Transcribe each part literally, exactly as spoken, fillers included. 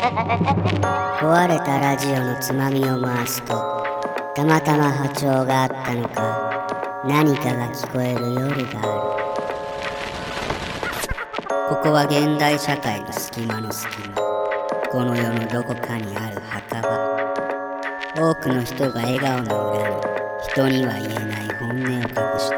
壊れたラジオのつまみを回すと、たまたま波長があったのか、何かが聞こえる夜がある。ここは現代社会の隙間の隙間、この世のどこかにある墓場。多くの人が笑顔の裏に、人には言えない本音を隠して、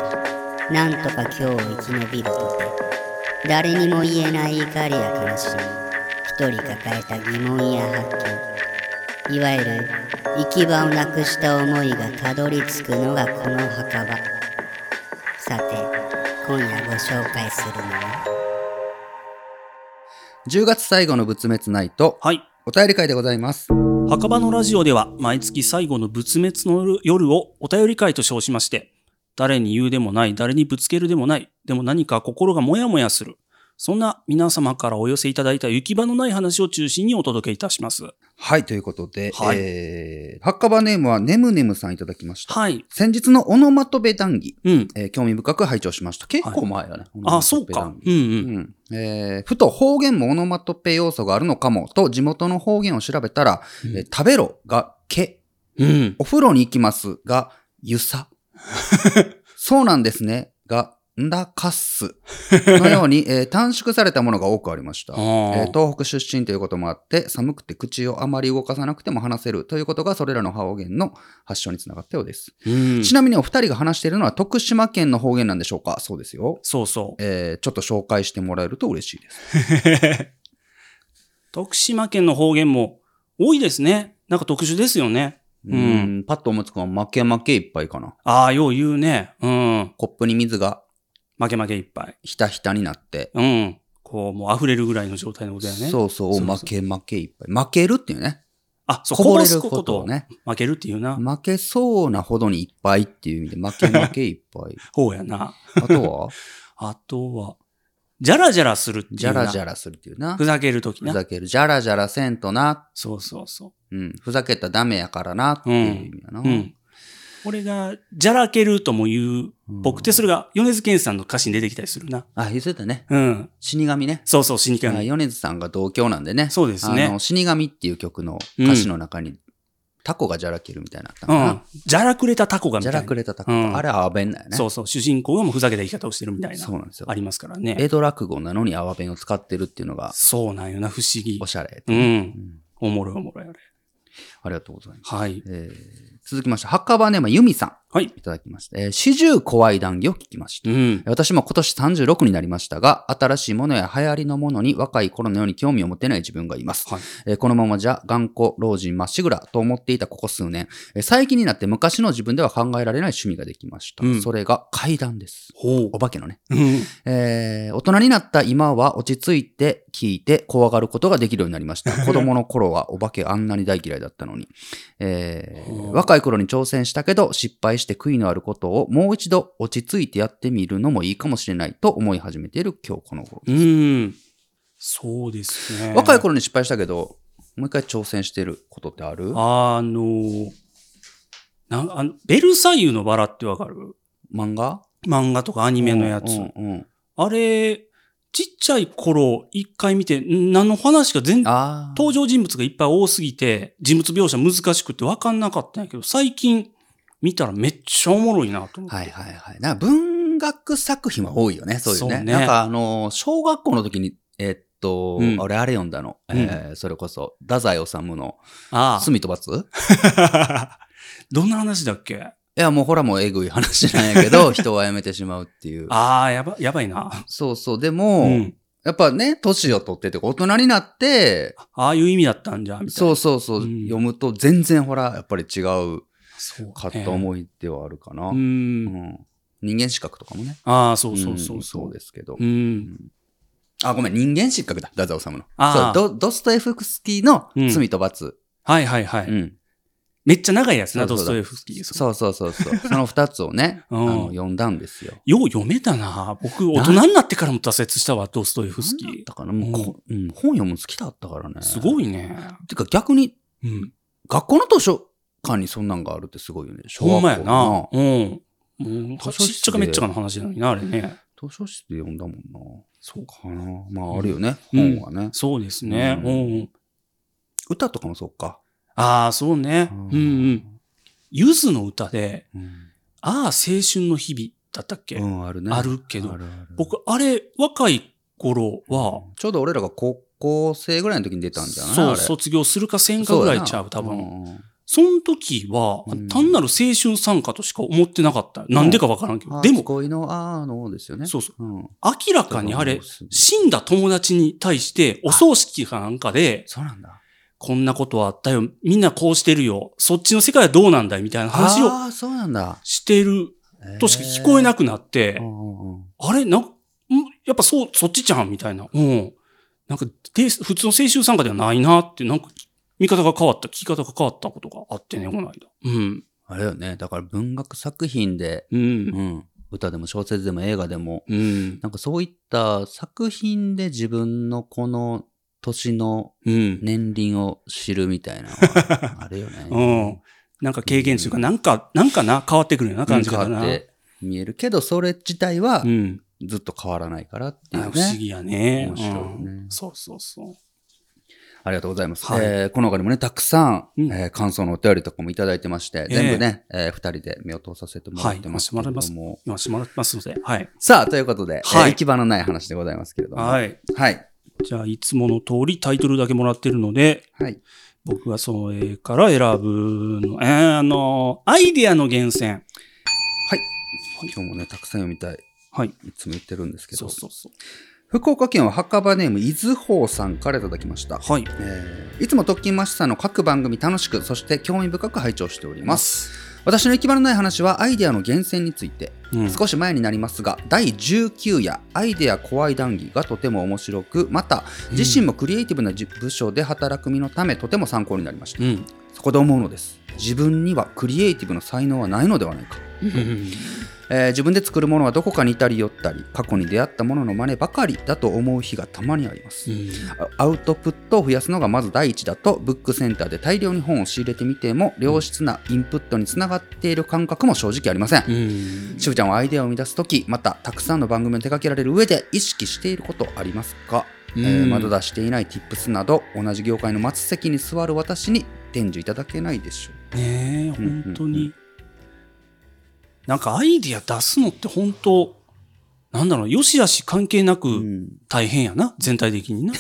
なんとか今日を生き延びるとて、誰にも言えない怒りや悲しみ、一人抱えた疑問や発見、いわゆる行き場をなくした思いがたどり着くのがこの墓場。さて、今夜ご紹介するのはじゅうがつ最後の仏滅ナイト、 はい。 お便り会でございます。 墓場のラジオでは毎月最後の仏滅の夜をお便り会と称しまして、誰に言うでもない、誰にぶつけるでもない、でも何か心がモヤモヤする、そんな皆様からお寄せいただいた行き場のない話を中心にお届けいたします。 はい、ということで、 はい、 えー、墓場ネームはねむねむさんいただきました。 はい。 先日のオノマトペ談義、 うんえー、興味深く拝聴しました。結構前だね。 はい、あ、そうか。うんうん。 うんえー、ふと方言もオノマトペ要素があるのかもと地元の方言を調べたら、うんえー、食べろがけ、 うん、 お風呂に行きますがゆさ、そうなんですねがんだかっすのように、えー、短縮されたものが多くありました、えー、東北出身ということもあって寒くて口をあまり動かさなくても話せるということがそれらの方言の発祥につながったようです、うん、ちなみにお二人が話しているのは徳島県の方言なんでしょうか。そうですよ。 そうそう、 えー、ちょっと紹介してもらえると嬉しいです徳島県の方言も多いですね。なんか特殊ですよね。 うん、うん、パッと思いつくのは負け負けいっぱいかな。 ああ、よう言うね。うん。 コップに水が負け負けいっぱい。 ひたひたになって。 うん。こう、もう溢れるぐらいの状態のことやね。 そうそう、負け負けいっぱい。負けるっていうね。 あ、そう、 こぼれることをね。 負けるっていうな。 負けそうなほどにいっぱいっていう意味で、負け負けいっぱい。 ほうやな。 あとはあとは、じゃらじゃらするっていうな。 じゃらじゃらするっていうな。 ふざけるときな。 ふざける。じゃらじゃらせんとな。 そうそうそう。 うん。ふざけたらダメやからなっていう意味やな。 うん。うん、これが、じゃらけるとも言う、僕ってそれが米津玄師さんの歌詞に出てきたりするな。 あ、言ってたね。 うん。 死神ね。 そうそう、死神。 米津さんが同郷なんでね。 そうですね。 あの、死神っていう曲の歌詞の中に、うん、タコがじゃらけるみたいなのあったかな。 うん。じゃらくれたタコがみたいな。 じゃらくれたタコ。うん、あれはアベンだよね。 そうそう。主人公がもうふざけた生き方をしてるみたいな。 そうなんですよ。 ありますからね。 江戸落語なのにアワベンを使ってるっていうのが。 そうなんよな、不思議。 おしゃれ。 うん。うん、おもろいおもろいあれ。 ありがとうございます。 はい。 えー、続きまして、墓場ネームはユミさん。 はい。 いただきました。えー、四十怖い談義を聞きました。うん。私も今年さんじゅうろくになりましたが、新しいものや流行りのものに若い頃のように興味を持てない自分がいます。はい。えー、このままじゃ頑固、老人、まっしぐらと思っていたここ数年、えー、最近になって昔の自分では考えられない趣味ができました。うん、それが怪談です。ほう。お化けのね。うん。えー、大人になった今は落ち着いて聞いて怖がることができるようになりました。子供の頃はお化けあんなに大嫌いだったのに。えー、若い頃に挑戦したけど失敗して悔いのあることをもう一度落ち着いてやってみるのもいいかもしれないと思い始めている今日この頃です。 うん。そうですね。 若い頃に失敗したけど、もう一回挑戦してることってある？ あの、なあのベルサイユのバラってわかる？ 漫画？ 漫画とかアニメのやつ。うんうんうん、あれ、ちっちゃい頃一回見て、何の話か全、登場人物がいっぱい多すぎて、人物描写難しくて分かんなかったんやけど、最近見たらめっちゃおもろいなと思って。 はいはいはい。なんか文学作品は多いよね、そういうね。そうね。なんかあの、小学校の時に、えー、っと、うん、俺あれ読んだの。うん、えー、それこそ、太宰治の、罪と罰どんな話だっけ？ いや、もうほらもうえぐい話なんやけど、人は辞めてしまうっていう。 ああ、やば、やばいな。 そうそう。でも、うん、やっぱね、年を取ってて、大人になって、 ああいう意味だったんじゃ、みたいな。 そうそうそう、うん、読むと全然ほら、やっぱり違うかった思いではあるかな。う、ね、ん、うん。人間失格とかもね。 ああ、そうそうそうそう、 うん。そうですけど。 うん。 あ、ごめん、人間失格だ。太宰治の。ああ。そうド、ドストエフスキーの罪と罰。うん、 はいはいはい。うん。めっちゃ長いやつな、ドストエフスキー。 そうそうそうそう。その二つをね、あの読んだんですよ。 よう読めたな。僕、大人になってからも挫折したわ、ドストエフスキー。 だからもう、うん、本読むの好きだったからね。 すごいね。 てか逆に、うん、学校の図書館にそんなんがあるってすごいよね。 ほんまやな。うん。もう、ちっちゃかめっちゃかの話なのにな、あれね。 図書室で読んだもんな。そうかな。まあ、あるよね、うん、本はね、 うん。そうですね。うん。 歌とかもそうか。 ああ、そうね。うんうん。ゆずの歌で、 うん、 ああ、青春の日々だったっけ、 うん、あるね。 あるけど、 あるある僕、あれ、若い頃は、 うん、ちょうど俺らが高校生ぐらいの時に出たんじゃない？ そう、 あれ卒業するかせんかぐらいちゃう、多分。うん、その時は、 うん、 単なる青春参加としか思ってなかった。なんでかわからんけど。でも、 恋のあのですよね。 そうそう。 うん、 明らかにあれ、死んだ友達に対して、お葬式かなんかで、 そうなんだ。 こんなことはあったよ。みんなこうしてるよ。そっちの世界はどうなんだいみたいな話をああ、そうなんだ。 してるとしか聞こえなくなって、 えーうんうん、 あれな、やっぱそう、そっちじゃんみたいな。うん。なんか、普通の青春参加ではないなって、なんか、見方が変わった、聞き方が変わったことがあってね、この間。うん。 あれよね。だから文学作品で、 うん。 うん、歌でも小説でも映画でも、 うん、 なんかそういった作品で自分のこの年の年輪を知るみたいなのはあるよね。 うん。なんか経験というか、なんか、なんかな、変わってくるような感じがな。 変わって見えるけど、それ自体はずっと変わらないからっていうね。 不思議やね。 面白いね、うん。 そうそうそう。 ありがとうございます。はい、えー、この他にもね、たくさん、うん、えー、感想のお便りとかもいただいてまして、えー、全部ね、えー、二人で目を通させてもらってますけれども。はい、 今してもらってますので。はい。 さあ、ということで、 はい、 えー、行き場のない話でございますけれども。 はい。 はい。 じゃあ、いつもの通りタイトルだけもらってるので、 はい。 僕がそれから選ぶの、えー、あの、アイデアの厳選。はい。 今日もね、たくさん読みたい。 はい。 いつも言ってるんですけど。 そうそうそう。 福岡県は墓場ネーム伊豆宝さんからいただきました。 はい。 えー、いつも特勤マッシュさんの各番組楽しく、そして興味深く拝聴しております。私の行き場のない話はアイデアの厳選について、うん、少し前になりますがだいじゅうきゅう夜アイデア怖い談義がとても面白く、また自身もクリエイティブな部署で働く身のためとても参考になりました、うん、そこで思うのです。自分にはクリエイティブの才能はないのではないか、うんえー、自分で作るものはどこかに似たり寄ったり、過去に出会ったものの真似ばかりだと思う日がたまにあります、うん、アウトプットを増やすのがまず第一だとブックセンターで大量に本を仕入れてみても良質なインプットにつながっている感覚も正直ありません、うん、しぶちゃんはアイデアを生み出すとき、またたくさんの番組を手掛けられる上で意識していることありますか、うんえー、まだ出していない Tips など同じ業界の末席に座る私に伝授いただけないでしょうねえ、本当に、うんうんうん、なんかアイディア出すのって本当なんだろう、よしあし関係なく大変やな、うん、全体的にな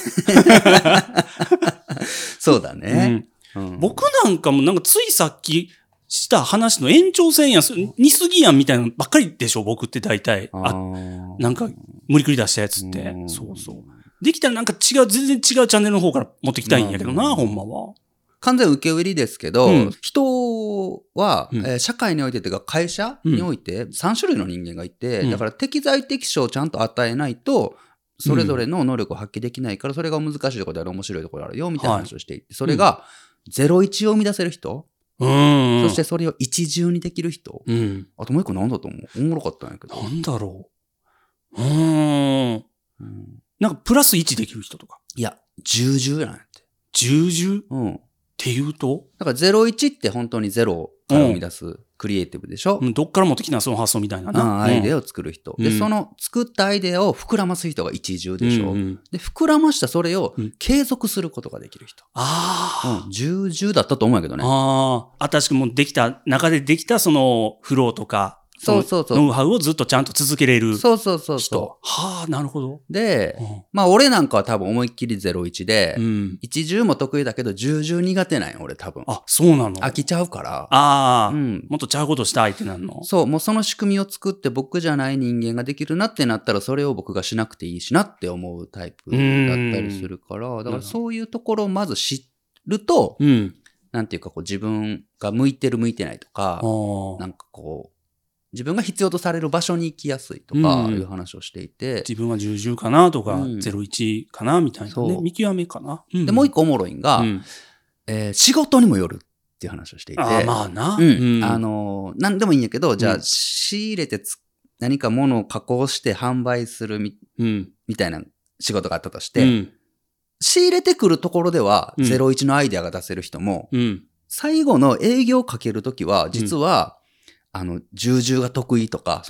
そうだね、 うんうん、僕なんかもなんかついさっきした話の延長線や似すぎやんみたいなのばっかりでしょ僕って大体あなんか無理くり出したやつって、うん、そうそうできたらなんか違う全然違うチャンネルの方から持ってきたいんやけどな、うん、ほんまは完全受け売りですけど、うん、人は、うんえー、社会においてというか会社においてさん種類の人間がいて、うん、だから適材適所をちゃんと与えないとそれぞれの能力を発揮できないから、それが難しいところである面白いところあるよみたいな話をしていて、はい、それがゼロイチを生み出せる人、うん、そしてそれを一重にできる人、うん、あともう一個何だと思う？おもろかったんやけど。 なんだろう。うーん。うん、なんかプラスいちできる人とか。 いや、十重なんやって。 十重？ うん。 っていうと？ だからゼロイチって本当にゼロから生み出すクリエイティブでしょ、 うん、どっから持ってきたその発想みたいなな、 うん、アイデアを作る人、うん、でその作ったアイデアを膨らます人が一重でしょ、うんうん、で膨らましたそれを継続することができる人、うん、 ああ、 うん、十重だったと思うんやけどね。 ああ、新しくもできた中でできたそのフローとかそうそうそう。 ノウハウをずっとちゃんと続けれる人。 そうそうそうそう。 はあ、なるほど。 で、うん、まあ俺なんかは多分思いっきりゼロイチで、うん、一重も得意だけど十重苦手なんよ、俺多分。 あ、そうなの？ 飽きちゃうから。 ああ、うん、もっとちゃうことしたいってなるの？ そう、もうその仕組みを作って僕じゃない人間ができるなってなったらそれを僕がしなくていいしなって思うタイプだったりするから、だからそういうところをまず知ると、うん、なんていうかこう自分が向いてる向いてないとか、なんかこう、自分が必要とされる場所に行きやすいとかいう話をしていて、うん、 自分は十重かなとか、うん、ゼロイチかなみたいなね、見極めかな、 うん、でもう一個おもろいんが、うんえー、仕事にもよるっていう話をしていて、 あまあな、 うんうん、あの何でもいいんやけど、じゃあ仕入れてつ何か物を加工して販売する み,、うん、みたいな仕事があったとして、うん、仕入れてくるところではゼロイチのアイデアが出せる人も、うん、最後の営業をかけるときは実は、うんあの、重々が得意とか、その、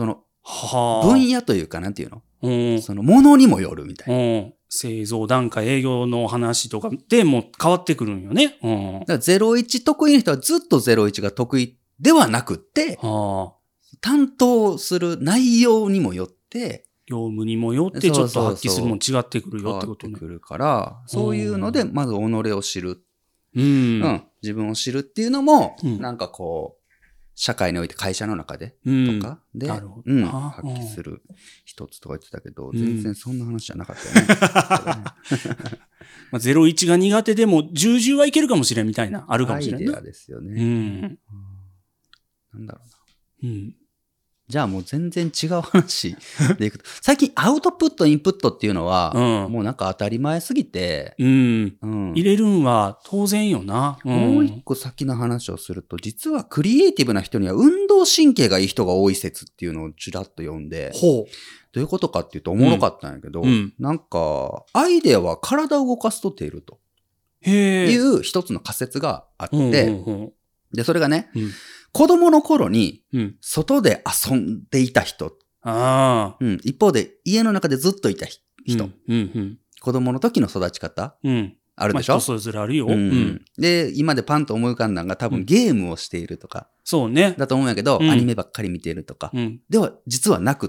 はあ。 分野というかなんていうの、 うん、 そのものにもよるみたいな、 うん、製造段階営業の話とかでも変わってくるんよね、うん、 だからゼロイチ得意な人はずっとゼロイチが得意ではなくって、 はあ、 担当する内容にもよって業務にもよってちょっと発揮するもん違ってくるよってことね。 変わってくるから、そういうのでまず己を知る、 うん、うんうん、自分を知るっていうのも、 うん、 なんかこう社会において会社の中でとかで、 うん、 うん、発揮する一つとか言ってたけど、うん、全然そんな話じゃなかったよね。 まあ、ゼロイチが苦手でも十々はいけるかもしれんみたいな、あるかもしれんな。 アイデアですよね。 うん。 なんだろうな。 うん。 じゃあもう全然違う話でいくと、最近アウトプット、インプットっていうのは、うん、もうなんか当たり前すぎて、 うん。うん、入れるんは当然よな。 うん、もう一個先の話をすると、実はクリエイティブな人には運動神経がいい人が多い説っていうのをちらっと読んで、 ほう。 どういうことかっていうとおもろかったんやけど、うん、なんか、アイデアは体を動かすと出ると。 へー。 いう一つの仮説があって、うんうんうん、で、それがね、うん、子供の頃に、外で遊んでいた人、うんあうん、一方で家の中でずっといた人、 うんうんうん、 子供の時の育ち方、うん、あるでしょ、 まあ、人それぞれあるよ、 うんうん、で、今でパンと思い浮かんだのが多分ゲームをしているとか、 そうね。 だと思うんやけど、 うん、 アニメばっかり見ているとか、 うん、 では実はなくって、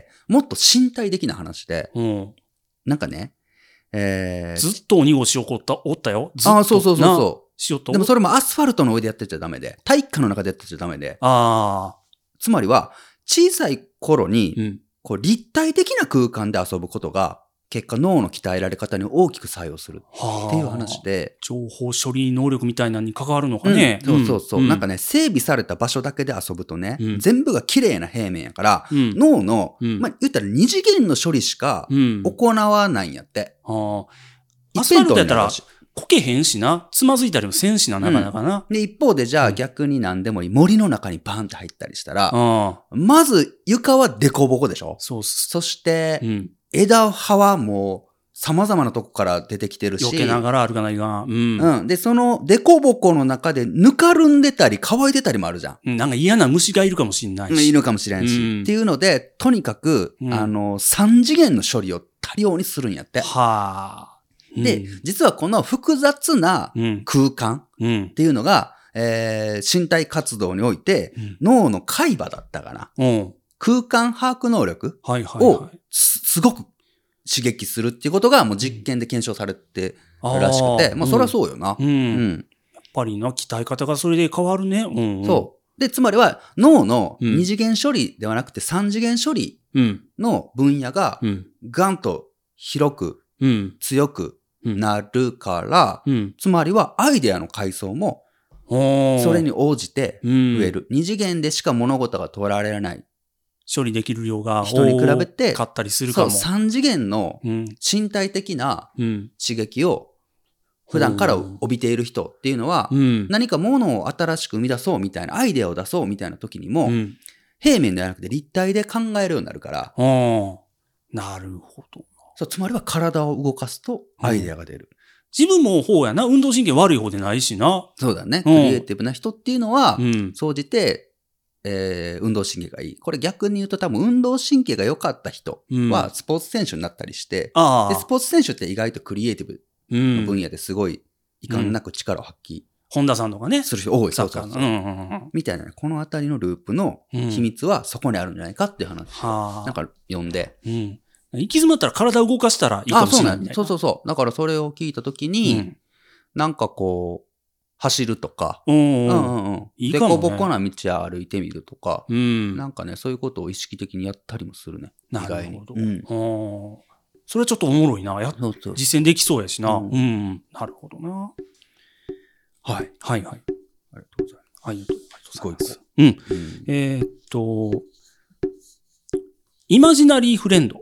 もっと身体的な話で、 うん、 なんかね、えー、 ずっと鬼越しおった、おったよ。ずっとああ、そうそうそうそう。 しよと。 でもそれもアスファルトの上でやってちゃダメで、体育館の中でやってちゃダメで。 ああ。 つまりは、小さい頃に、 うん、 こう立体的な空間で遊ぶことが、結果脳の鍛えられ方に大きく作用するっていう話で。 情報処理能力みたいなのに関わるのかね。 うん、そうそうそう、うん。なんかね、整備された場所だけで遊ぶとね、うん、全部が綺麗な平面やから、うん、脳の、うん、まあ、言ったら二次元の処理しか行わないんやって。 うん、ああ。アスファルトやったら、こけへんしな。つまずいたりもせんしな、なかなかな。 うん、で、一方でじゃあ逆に何でもいい。森の中にバンって入ったりしたら、うん、まず床はデコボコでしょ。 そうっす。 そして、うん、枝葉はもう様々なとこから出てきてるし。 避けながら歩かないが。 うん。うん。で、そのデコボコの中でぬかるんでたり乾いてたりもあるじゃん。 うん、なんか嫌な虫がいるかもしれないし。 いるかもしれんし。うん、っていうので、とにかく、うん、あの、三次元の処理を多量にするんやって。 はぁ。 で、うん、実はこの複雑な空間っていうのが、うんえー、身体活動において、うん、脳の海馬だったかな。うん、空間把握能力をすごく刺激するっていうことがもう実験で検証されてるらしくて、うん、まあそりゃそうよな、 うんうん。やっぱりな、鍛え方がそれで変わるね。うんうん、 そう。で、つまりは脳の二次元処理ではなくて三次元処理の分野がガンと広く強くなるから、うん、つまりはアイデアの階層もそれに応じて増える。二、うん、次元でしか物事が捉えられない。 処理できる量が人に比べて、 買ったりするかも。 そう、三次元の身体的な刺激を普段から帯びている人っていうのは、うん、何か物を新しく生み出そうみたいな、アイデアを出そうみたいな時にも、うん、平面ではなくて立体で考えるようになるから。 なるほど。 そう、つまりは体を動かすとアイデアが出る。うん、 自分も方やな。運動神経悪い方でないしな。 そうだね。クリエイティブな人っていうのは、総、うん、じて、えー、運動神経がいい。これ逆に言うと多分運動神経が良かった人はスポーツ選手になったりして、うん、でスポーツ選手って意外とクリエイティブの分野ですごい遺憾なく力を発揮。 本田さんとかね。 する人多い。そうそうそう。うんうんうん、みたいな、このあたりのループの秘密はそこにあるんじゃないかっていう話を、うん、なんか読んで、 うん行き詰まったら体を動かしたらいいかもしれないみたいな。 そうそうそう。だからそれを聞いたときに、うん、なんかこう、走るとか、 うんうんうん。いいかもね。 でこぼこな道を歩いてみるとか、うん、なんかね、そういうことを意識的にやったりもするね。 なるほど。 意外に。 うん、それちょっとおもろいな。やそうそう実践できそうやしな。うん。うん、なるほどな。はい。はいはい。ありがとうございます。 はい。ありがとうございます。 うん。うん、 えー、っと、イマジナリーフレンド。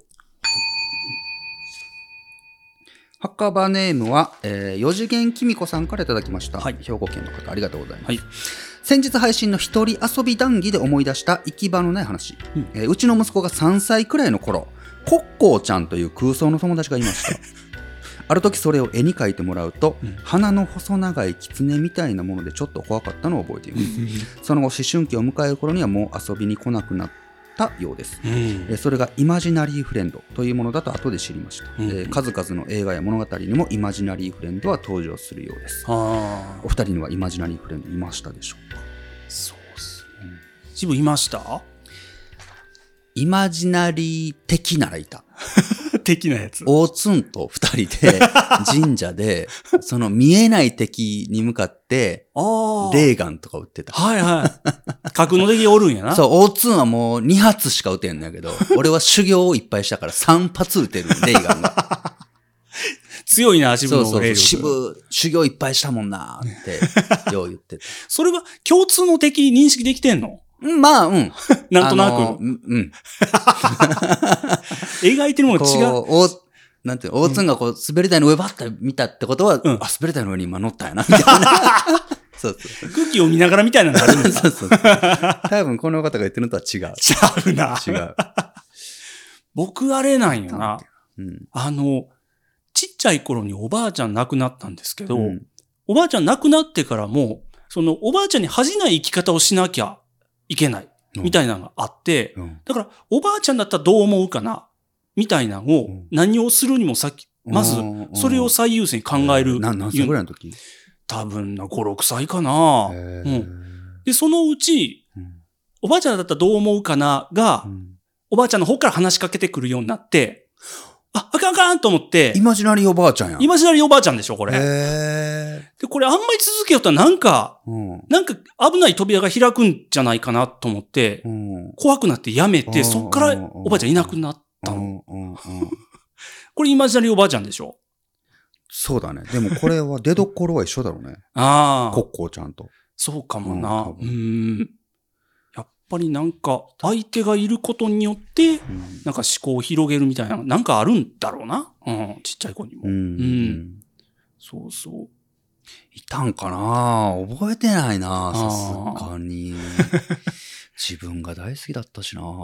墓場ネームは、えー、四次元きみこさんからいただきました、 はい、 兵庫県の方ありがとうございます、 はい、 先日配信の一人遊び談義で思い出した行き場のない話、うんえー、うちの息子がさんさいくらいの頃コッコーちゃんという空想の友達がいましたある時それを絵に描いてもらうと、うん、鼻の細長い狐みたいなものでちょっと怖かったのを覚えていますその後思春期を迎える頃にはもう遊びに来なくなっったようです、 うんえーそれがイマジナリーフレンドというものだと後で知りました、 うんえー数々の映画や物語にもイマジナリーフレンドは登場するようです。 あお二人にはイマジナリーフレンドいましたでしょうか？ そうっすね。自分いましたイマジナリー的ならいた。 的なやつ。 大津んと二人で神社でその見えない敵に向かってああ。 レーガンとか撃ってた。 はいはい。架空の敵おるんやな。 そう、大津んはもうに発しか撃てんだけど、俺は修行をいっぱいしたからさん発撃てる、レーガンが。 強いな、自分そうそう、 の霊力。 渋、修行いっぱいしたもんなーって、よう言ってた。 それは共通の敵認識できてんの？ うんまあ、うん。 なんとなく。 あのうん。うん描いてるものが違う。 こう、大なんていうの、大津んがこう、滑り台の上ばっかり見たってことは、 うんあ、滑り台の上に今乗ったんやな、みたいな。そうそう。 空気を見ながらみたいなのがあるんだ。 そうそう。多分この方が言ってるのとは違う。 ちゃうな。 違う。 僕あれなんよな。 うん。 あの、ちっちゃい頃におばあちゃん亡くなったんですけど、 うんおばあちゃん亡くなってからも、そのおばあちゃんに恥じない生き方をしなきゃいけない、みたいなのがあって、 うんだからおばあちゃんだったらどう思うかな、みたいなのをうん何をするにもさっき、まずうんそれを最優先に考える。 な何歳ぐらいの時？ 多分な、ご、ろくさいかな。 へーうんで、そのうち、 うんおばあちゃんだったらどう思うかなが、 うんおばあちゃんの方から話しかけてくるようになって、あ、あかんあかんと思ってイ、マジナリーおばあちゃんやん。 イマジナリーおばあちゃんでしょ、これ。 へで、これあんまり続けよったらなんか、 ーうんなんか危ない扉が開くんじゃないかなと思ってう、ん怖くなってやめて、 うんそっからおばあちゃんいなくなったの。 うんうんうんこれイマジナリーおばあちゃんでしょ。 そうだね。でもこれは出どころは一緒だろうね。 ああ、 コッコーちゃんと。 そうかもな。 うん多う分ん。やっぱりなんか、相手がいることによって、 うんなんか思考を広げるみたいな、なんかあるんだろうな。うん、ちっちゃい子にも。 うんうんそうそう。 いたんかな覚えてないなあさーすがに。自分が大好きだったしな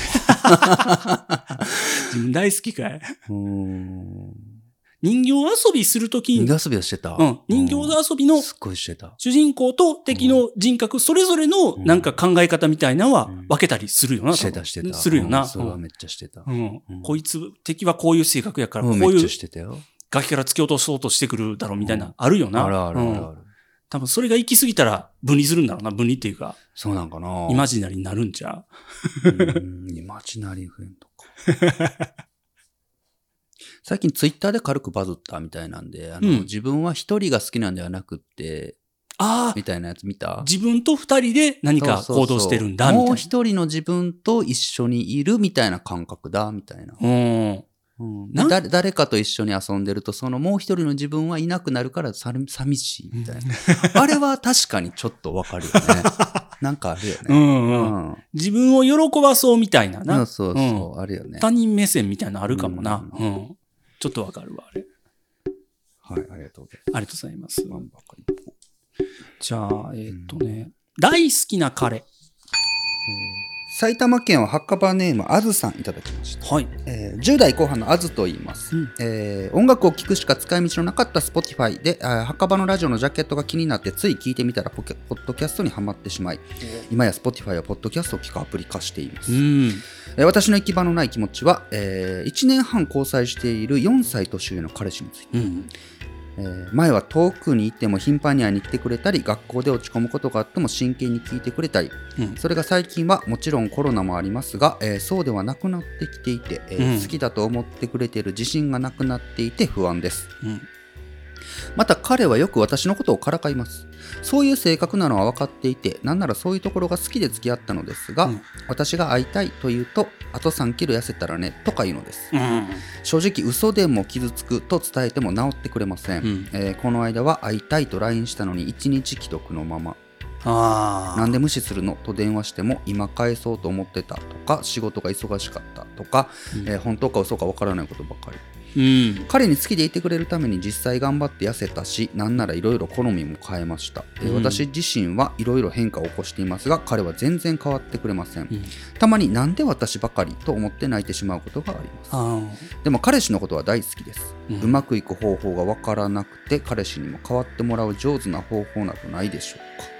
自分大好きかい。 うん。 人形遊びするときに、 人形遊びはしてた。 うん、人形遊びのすっごいしてた。 主人公と敵の人格、それぞれのなんか考え方みたいなのはうん分けたりするよな。 してたしてた。 するよな。 うんそれはめっちゃしてた。 うんうんこいつ、敵はこういう性格やから、こうんめっちゃういうしてたよ。 崖から突き落とそうとしてくるだろうみたいな、あるよな。 あるあるあるうんある。 多分それが行き過ぎたら分離するんだろうな。分離っていうか、 そうなんかなイマジナリーになるんじゃ。 うんイマジナリーフレンドか。最近ツイッターで軽くバズったみたいなんで、あの、 うん自分は一人が好きなんではなくって、 ああ、 みたいなやつ見た？ 自分と二人で何か行動してるんだ、みたいな。 もう一人の自分と一緒にいるみたいな感覚だ、みたいな。 うん。 うん、 なん誰誰かと一緒に遊んでると、そのもう一人の自分はいなくなるからさ寂しいみたいな。あれは確かにちょっとわかるよね。なんかあるよね。 うんうん。 うん自分を喜ばそうみたいなな。 そうそうそう、あるよね。 他人目線みたいなのあるかもな。 ううんん。ちょっとわかるわ、あれ。 はい、ありがとうございありがとうございます。 ます。 じゃあ、えーっとね、大好きな彼。 埼玉県は墓場ネームあずさんいただきました。 はい。 えーじゅう代後半のあずと言います、 うんえー音楽を聴くしか使い道のなかった Spotify であー墓場のラジオのジャケットが気になってつい聞いてみたらポケポッドキャストにはまってしまい、今や Spotify はポッドキャストを聴くアプリ化しています、 うん。 えー私の行き場のない気持ちは、えーいちねんはん交際しているよんさい年上の彼氏について、 うん。 えー前は遠くに行っても頻繁に会いに来てくれたり、学校で落ち込むことがあっても真剣に聞いてくれたり、 うん。 それが最近はもちろんコロナもありますが、えーそうではなくなってきていて、えーうん好きだと思ってくれている自信がなくなっていて不安です。 うん。 また彼はよく私のことをからかいます。そういう性格なのは分かっていて、なんならそういうところが好きで付き合ったのですが、 うん私が会いたいと言うと、あとさんキロ痩せたらねとか言うのです。 うん。 正直嘘でも傷つくと伝えても治ってくれません、 うんえーこの間は会いたいと ライン したのにいちにち既読のまま、 ああ。 なんで無視するのと電話しても今返そうと思ってたとか、仕事が忙しかったとか、 うんえー本当か嘘か分からないことばかり。 うん。 彼に好きでいてくれるために実際頑張って痩せたし、なんならいろいろ好みも変えました、えーうん私自身はいろいろ変化を起こしていますが、彼は全然変わってくれません、 うんたまになんで私ばかりと思って泣いてしまうことがあります。 あでも彼氏のことは大好きです、 ううんまくいく方法がわからなくて、彼氏にも変わってもらう上手な方法などないでしょうか。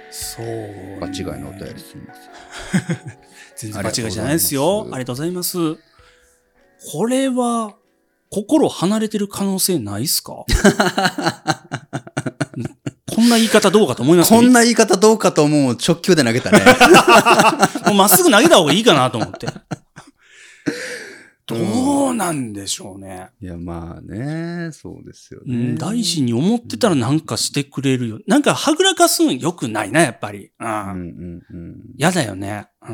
そう。 場違いのお便りすみません。 全然間違いじゃないですよ。ありがとうございます。これは、心離れてる可能性ないっすかこんな言い方どうかと思いますこんな言い方どうかと思う直球で投げたね。 もうまっすぐ投げた方がいいかなと思って。どうなんでしょうね。 いや、まあね、そうですよね。 うん、大事に思ってたらなんかしてくれるよ。なんかはぐらかすんよくないな、やっぱり。うん。うんうんうん、やだよね。うん。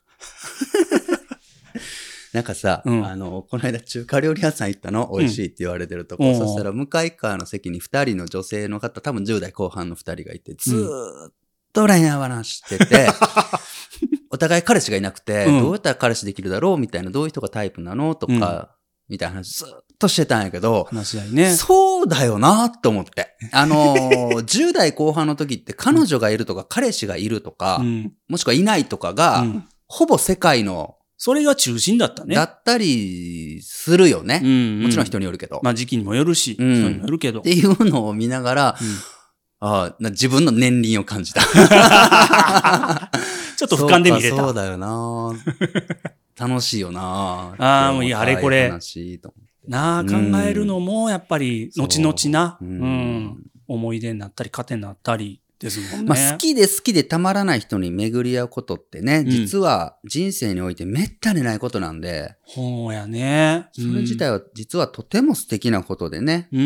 なんかさ、うん、あの、この間中華料理屋さん行ったの、美味しいって言われてるとこ、うん、そしたら向かい側の席に二人の女性の方、多分じゅう代後半の二人がいて、ずーっと恋愛話してて、お互い彼氏がいなくて、うん、どうやったら彼氏できるだろうみたいな、どういう人がタイプなのとか、うん、みたいな話ずっとしてたんやけど、 話し合いね。 そうだよなと思って。あのー、じゅう代後半の時って彼女がいるとか、彼氏がいるとか、うん、もしくはいないとかが、うん、ほぼ世界の、 それが中心だったね。 だったりするよね。うんうん、もちろん人によるけど。 まあ時期にもよるし、うん、人にもよるけど。 っていうのを見ながら、うん、ああ、自分の年輪を感じた。ちょっと俯瞰で見れた。 そうそうだよな楽しいよなああ、もういや、あれこれ。なあ、考えるのも、やっぱり、後々な、うん、うん、思い出になったり、糧になったり。ですもんね。 まあ好きで好きでたまらない人に巡り合うことってね、うん、実は人生においてめったにないことなんで。 ほうやね。 それ自体は実はとても素敵なことでね、うんうん、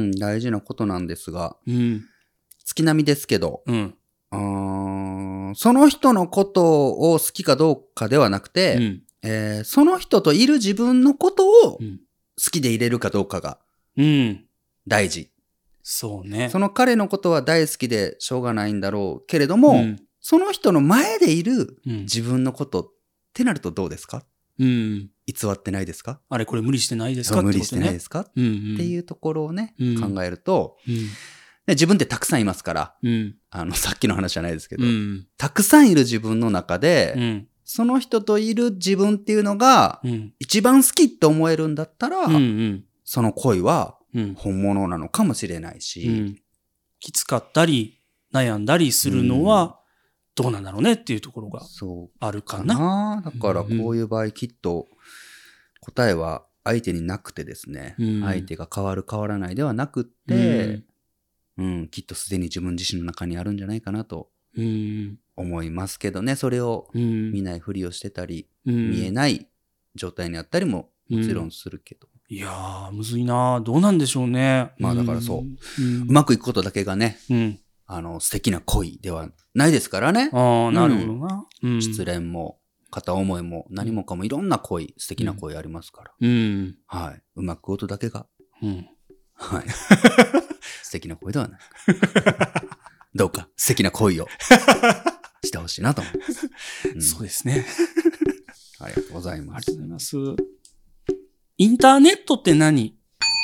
大事なことなんですが、うん、月並みですけど、うん、あーその人のことを好きかどうかではなくて、うんえー、その人といる自分のことを好きでいれるかどうかが大事。 そうね。 その彼のことは大好きでしょうがないんだろうけれども、うん、その人の前でいる自分のことってなるとどうですか、うん、偽ってないですかあれこれ無理してないですかってことね。 無理してないですか、うんうん、っていうところをね、うん、考えると、 うんで、自分ってたくさんいますから、 うん、 あの、さっきの話じゃないですけど、 うん、 たくさんいる自分の中で、 うん、 その人といる自分っていうのが、うん、一番好きって思えるんだったら、 うんうん、 その恋は本物なのかもしれないし、 うんきつかったり、悩んだりするのは、どうなんだろうねっていうところがあるかな。 そうかな。だからこういう場合、きっと答えは相手になくてですね、うん、相手が変わる変わらないではなくって、うん、うん、きっとすでに自分自身の中にあるんじゃないかなと思いますけどね。それを見ないふりをしてたり、うん、見えない状態にあったりももちろんするけど。 うんいやー、むずいなー。どうなんでしょうね。 まあだからそう。うん、うまくいくことだけがね、うん、あの、素敵な恋ではないですからね。 ああ、なるほどな。 うん、失恋も、片思いも、何もかもいろんな恋、素敵な恋ありますから。 うん。 はい。うまくいくことだけが、 うん。 はい。素敵な恋ではない。どうか素敵な恋をしてほしいなと思います、 うん。そうですね。 ありがとうございます。 ありがとうございます。インターネットって何？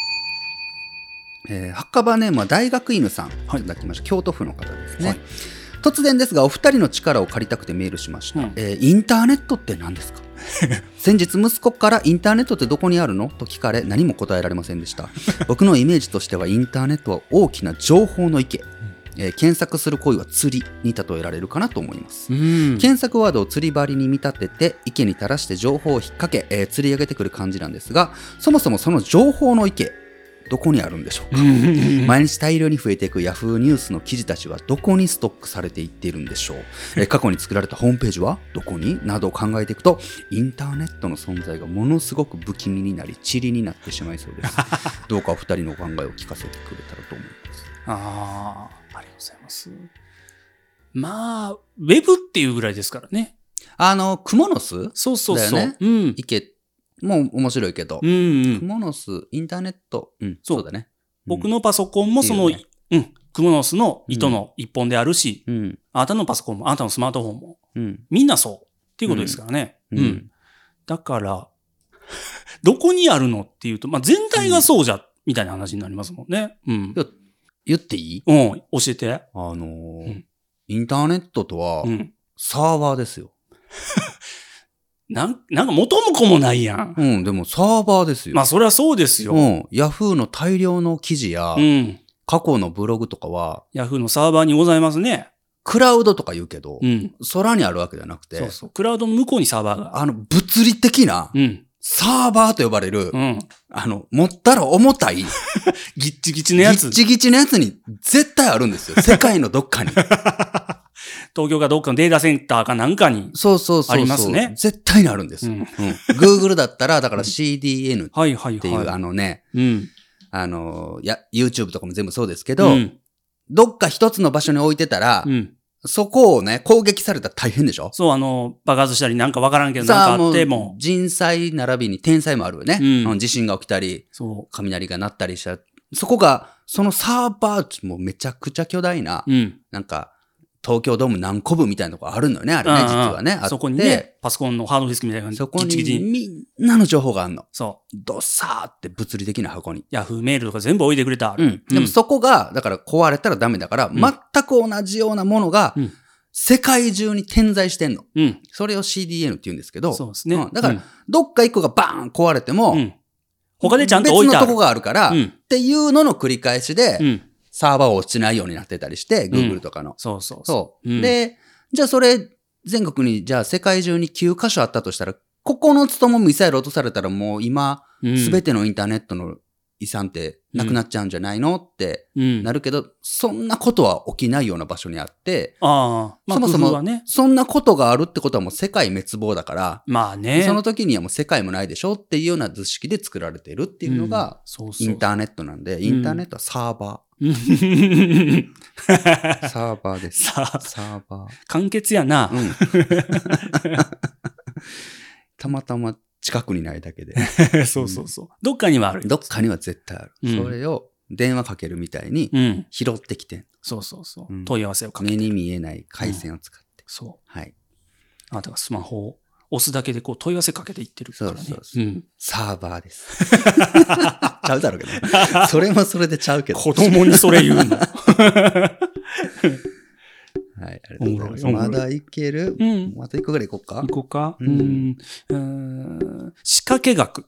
えー、墓場ネームは大学犬さん、はい、いただきました。京都府の方ですね、はい。突然ですがお二人の力を借りたくてメールしました。うんえー、インターネットって何ですか？先日息子からインターネットってどこにあるのと聞かれ何も答えられませんでした。僕のイメージとしてはインターネットは大きな情報の池。えー、検索する行為は釣りに例えられるかなと思います、うん、検索ワードを釣り針に見立てて池に垂らして情報を引っ掛け、えー、釣り上げてくる感じなんですがそもそもその情報の池どこにあるんでしょうか毎日大量に増えていくヤフーニュースの記事たちはどこにストックされていっているんでしょう、えー、過去に作られたホームページはどこになどを考えていくとインターネットの存在がものすごく不気味になり塵になってしまいそうですどうかお二人のお考えを聞かせてくれたらと思いますああありがとうございます。まあ、ウェブっていうぐらいですからね。 あの、クモの巣そうそうそう。 ね、うん。池も面白いけど。 うんうん、 クモの巣、インターネット。うん、そう、そうだね。 僕のパソコンもその、ね、うん、クモの巣の糸の一本であるし、うん、あなたのパソコンも、あなたのスマートフォンも、うん、みんなそうっていうことですからね。うん。うん、だから、どこにあるのっていうと、まあ、全体がそうじゃ、うん、みたいな話になりますもんね。うん。 言っていい？ うん、教えて。 あのーうん、インターネットとは、うん、サーバーですよ。 なん、なんか元も子もないやん。 うん、でもサーバーですよ。 まあそれはそうですよ。 うん、ヤフーの大量の記事や、うん、過去のブログとかは、 ヤフーのサーバーにございますね。 クラウドとか言うけど、 うん。 空にあるわけじゃなくて、 そうそう。クラウドの向こうにサーバーが。 あの、物理的な、 うん。 サーバーと呼ばれる、 うん。 あの、持ったら重たい、 ギッチギチのやつ。 ギッチギチのやつに絶対あるんですよ。世界のどっかに。 東京かどっかのデータセンターかなんかに。 そうそうそうそう。 ありますね。 絶対にあるんです。 ううんん。Google だったら、だから シーディーエヌ っはいはいはい。 ていう、あのね、 うん。 あの、や、YouTube とかも全部そうですけど、 うん。 どっか一つの場所に置いてたら、 うん。 そこをね、攻撃されたら大変でしょ？ そう、あの、爆発したりなんかわからんけど、なんかあっても。 人災並びに天災もあるよね。うん、地震が起きたり、 そう。 雷が鳴ったりしたら、そこが、そのサーバー、もうめちゃくちゃ巨大な、 うん。 なんか、東京ドーム何個分みたいなとこあるのよね、あれね、実はね。あってそこにね、パソコンのハードディスクみたいな感じで。 そこにみんなの情報があるの。 そう。 ドサーって物理的な箱に。 ヤフーメールとか全部置いてくれた。 うん。でもそこが、だから壊れたらダメだから、全く同じようなものが、世界中に点在してんの。うん。それを シーディーエヌ って言うんですけど。 そうですね。 うん、だから、どっか一個がバーン壊れても、うん、 他でちゃんと置いてある。 別のとこがあるから、うん、っていうのの繰り返しで、うん、サーバー落ちないようになってたりして、Google とかの。 うん、そうそうそう。うん、で、じゃあそれ、全国に、じゃあ世界中にきゅうカ所あったとしたら、ここのつともミサイル落とされたらもう今、すべ、うん、てのインターネットの遺産ってなくなっちゃうんじゃないのってなるけど、うん、そんなことは起きないような場所にあって、 あまあ、 そもそも、ね、そんなことがあるってことはもう世界滅亡だから、 まあね。 その時にはもう世界もないでしょっていうような図式で作られているっていうのが、インターネットなんで、インターネットはサーバー。サーバーです。サーバー。 簡潔やな。うん、 たまたま近くにないだけで。 そうそうそう。どっかにはある。 どっかには絶対ある。うん、それを電話かけるみたいに拾ってきて、うん。 そうそうそう。うん、問い合わせをかけて。 目に見えない回線を使って。うん、 そう。 はい。 あなたがスマホを押すだけでこう問い合わせかけていってるからね。 そうそうそう。うん、サーバーです。ちゃうだろうけど。それもそれでちゃうけど。 子供にそれ言うの。 はい、ありがとうございます。まだいける、うん、またいくぐらいいこうかいこうか、うん、うーん仕掛け学。はい。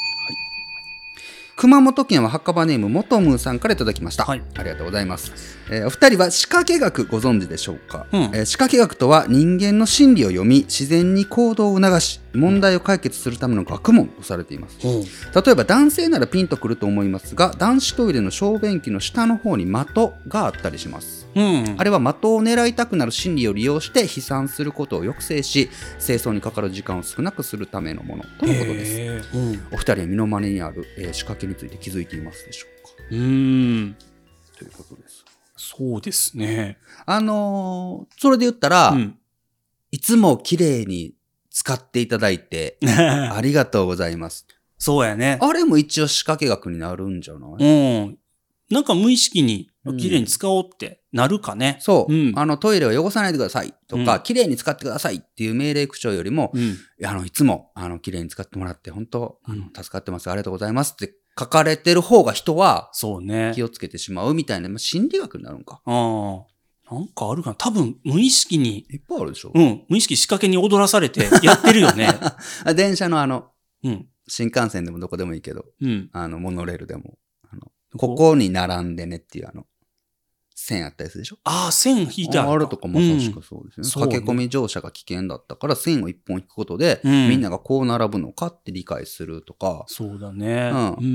熊本県は墓場ネームもとむーさんからいただきました。はい。ありがとうございます。えー、お二人は仕掛け学ご存知でしょうか、うんえー、仕掛け学とは人間の心理を読み、自然に行動を促し、問題を解決するための学問とされています。うん、例えば男性ならピンとくると思いますが、男子トイレの小便器の下の方に的があったりします。うん、あれは的を狙いたくなる心理を利用して飛散することを抑制し、清掃にかかる時間を少なくするためのものとのことです。うん、お二人は身の回りにある、えー、仕掛けについて気づいていますでしょうか？ うーんということです。 そうですね。 あのー、それで言ったら、うん、いつも綺麗に使っていただいてありがとうございます。 そうやね。 あれも一応仕掛け学になるんじゃない？ うん。なんか無意識に綺麗に使おうってなるかね。 うん、そう、うん。あのトイレを汚さないでくださいとか、うん、綺麗に使ってくださいっていう命令口調よりも、うん、あのいつもあの綺麗に使ってもらって本当、うん、あの助かってます。ありがとうございますって書かれてる方が人はそうね。 気をつけてしまうみたいな、まあ、心理学になるんか。 ああ。なんかあるかな。多分無意識に。 いっぱいあるでしょ。 うん。無意識仕掛けに踊らされてやってるよね。 電車のあの、うん、新幹線でもどこでもいいけど、うん、あのモノレールでも。ここに並んでねっていうあの、線あったやつでしょ？ ああ、線引いてあるか。 あるとかまさしくそうですね。うん、駆け込み乗車が危険だったから線を一本引くことで、うん、みんながこう並ぶのかって理解するとか。 そうだね。 うん。うん、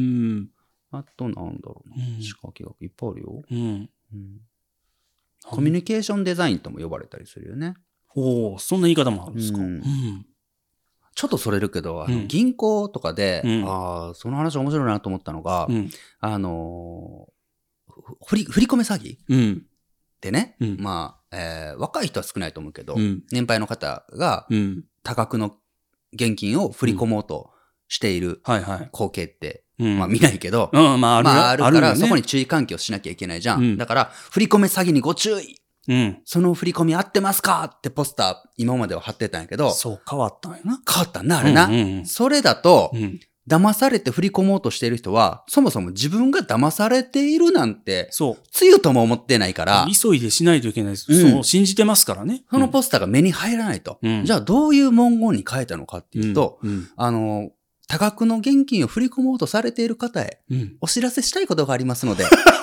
あとなんだろうな、うん。仕掛け学いっぱいあるよ、うんうん。コミュニケーションデザインとも呼ばれたりするよね。 おお、そんな言い方もあるんですか？うんうんちょっとそれるけど、あの銀行とかで、うん、ああ、その話面白いなと思ったのが、うん、あのー、振り、振り込め詐欺、うん、でね、うん、まあ、えー、若い人は少ないと思うけど、うん、年配の方が多額の現金を振り込もうとしている光景って、うんはいはい、まあ見ないけど、 うん、まあある、 まあ、あるから、 ね、 そこに注意喚起をしなきゃいけないじゃん。うん、だから、振り込め詐欺にご注意。うん。その振り込み合ってますかってポスター今までは貼ってたんやけど。 そう、変わったんやな。 変わったんな、あれな。うんうんうん、それだと、うん、騙されて振り込もうとしている人は、そもそも自分が騙されているなんて、そう。つゆとも思ってないから。 急いでしないといけないです。うん、そう、信じてますからね。 そのポスターが目に入らないと。うん、じゃあどういう文言に変えたのかっていうと、うんうん、あの、多額の現金を振り込もうとされている方へ、うん、お知らせしたいことがありますので、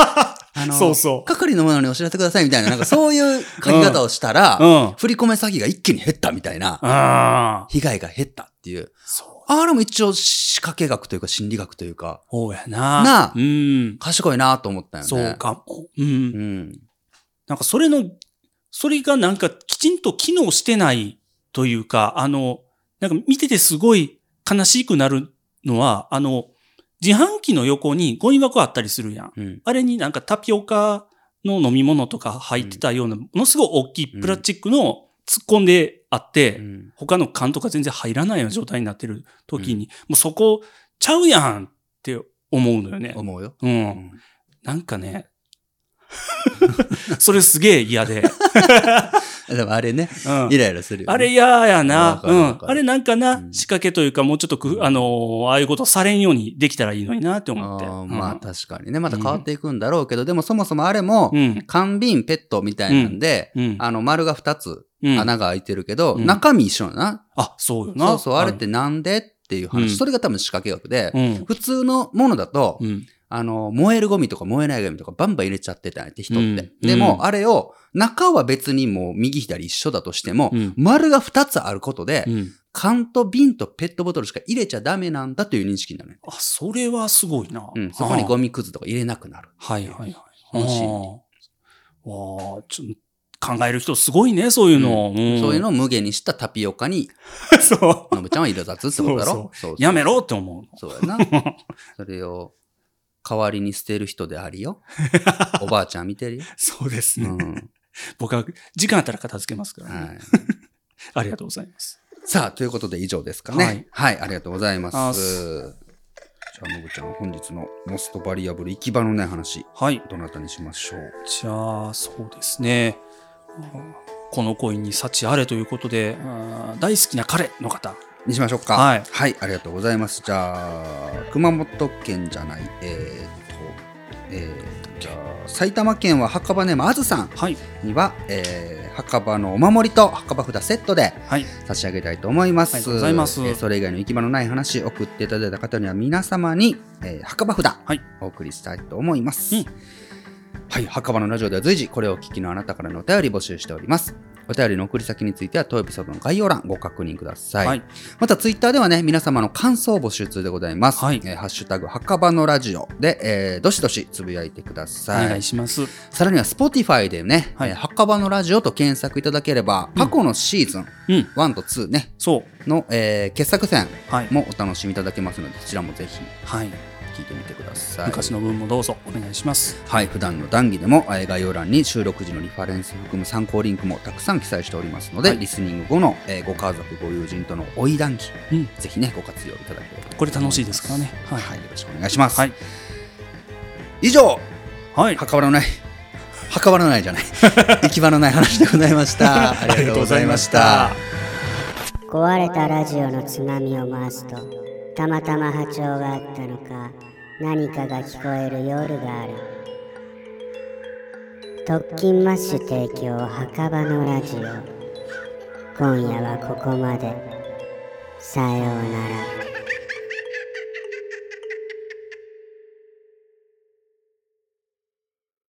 あの、 そうそう係の者にお知らせくださいみたいな、なんかそういう書き方をしたら、 うんうん振り込め詐欺が一気に減ったみたいな、 ああ。 被害が減ったっていう。 そう。 あれも一応仕掛け学というか心理学というか、 そうやな。 なあうん。 賢いなと思ったよね。 そうかも。うん。 うん。 なんかそれの、それがなんかきちんと機能してないというか、あの、なんか見ててすごい悲しくなるのは、あの、自販機の横にゴミ箱あったりするやん。 うん、 あれになんかタピオカの飲み物とか入ってたような、ものすごい大きいプラスチックの突っ込んであって、うん、他の缶とか全然入らないような状態になってる時に、うん、もうそこちゃうやんって思うのよね。 思うよ。 うん。うん、なんかね、それすげえ嫌で。 でもあれね、うん、イライラするよ、ね。 あれ嫌やな。うん。あれなんかな、うん、仕掛けというかもうちょっとく、あのー、ああいうことされんようにできたらいいのになって思って。 あうん、まあ確かにね。また変わっていくんだろうけど、うん、でもそもそもあれも、缶瓶ペットみたいなんで、うん、あの丸がふたつ穴が開いてるけど、うん、中身一緒な、うん。 あ、そうよな。 そうそう、あれってなんでっていう話、うん、それが多分仕掛け学で、うん、普通のものだと、うんあの、燃えるゴミとか燃えないゴミとかバンバン入れちゃってたんやって人って。うん、でも、うん、あれを、中は別にもう右左一緒だとしても、うん、丸がふたつあることで、うん、缶と瓶とペットボトルしか入れちゃダメなんだという認識になる。 あ、それはすごいな。 うん、そこにゴミくずとか入れなくなる。 はいはいはい。楽しい。わあ、ちょっと考える人すごいね、そういうの。 うんうん、そういうのを無限にしたタピオカに、 そう。 のぶちゃんは苛立つってことだろそうそうそうやめろって思う。 そうやな。それを、代わりに捨てる人でありよ。おばあちゃん見てるよ。 そうですね。うん、僕は時間あったら片付けますからね。はい、ありがとうございます。 さあ、ということで以上ですかね。はい。はい、ありがとうございます。じゃあ、のぶちゃん、本日のモストバリアブル行き場のない話。はい。どなたにしましょう。 じゃあ、そうですね。この恋に幸あれということで、大好きな彼の方。 にしましょうか。 はい。 はい、ありがとうございます。じゃあ、熊本県じゃない、えー、っと、えー、じゃあ、埼玉県は墓場ネームあずさんには、はいえー、墓場のお守りと墓場札セットで差し上げたいと思います。 ありがとうございます。 えー、それ以外の行き場のない話送っていただいた方には皆様に、えー、墓場札、はい、お送りしたいと思います。うんはい、墓場のラジオでは随時これをお聞きのあなたからのお便り募集しております。お便りの送り先については当エピソードの概要欄ご確認ください。はい、またツイッターではね皆様の感想を募集中でございます。はいえー、ハッシュタグ墓場のラジオで、えー、どしどしつぶやいてください。 お願いします。 さらには Spotify でね、はいえー、墓場のラジオと検索いただければ、うん、過去のシーズン、うん、いちとにね、そうの、えー、傑作選もお楽しみいただけますので、そちらもぜひ。はい聞いてみてください。 昔の分もどうぞお願いします。 はい、普段の談義でも概要欄に収録時のリファレンス含む参考リンクもたくさん記載しておりますので、はい、リスニング後の、えー、ご家族ご友人との追い談義、うん、ぜひねご活用いただければ。 これ楽しいですからね。 はい、はい、よろしくお願いします。はい、以上、はい、墓場のない墓場のないじゃない行き場のない話でございました。ありがとうございました。 壊れたラジオのつまみを回すとたまたま波長があったのか何かが聞こえる夜がある。特勤マッシュ提供墓場のラジオ。今夜はここまで。さようなら。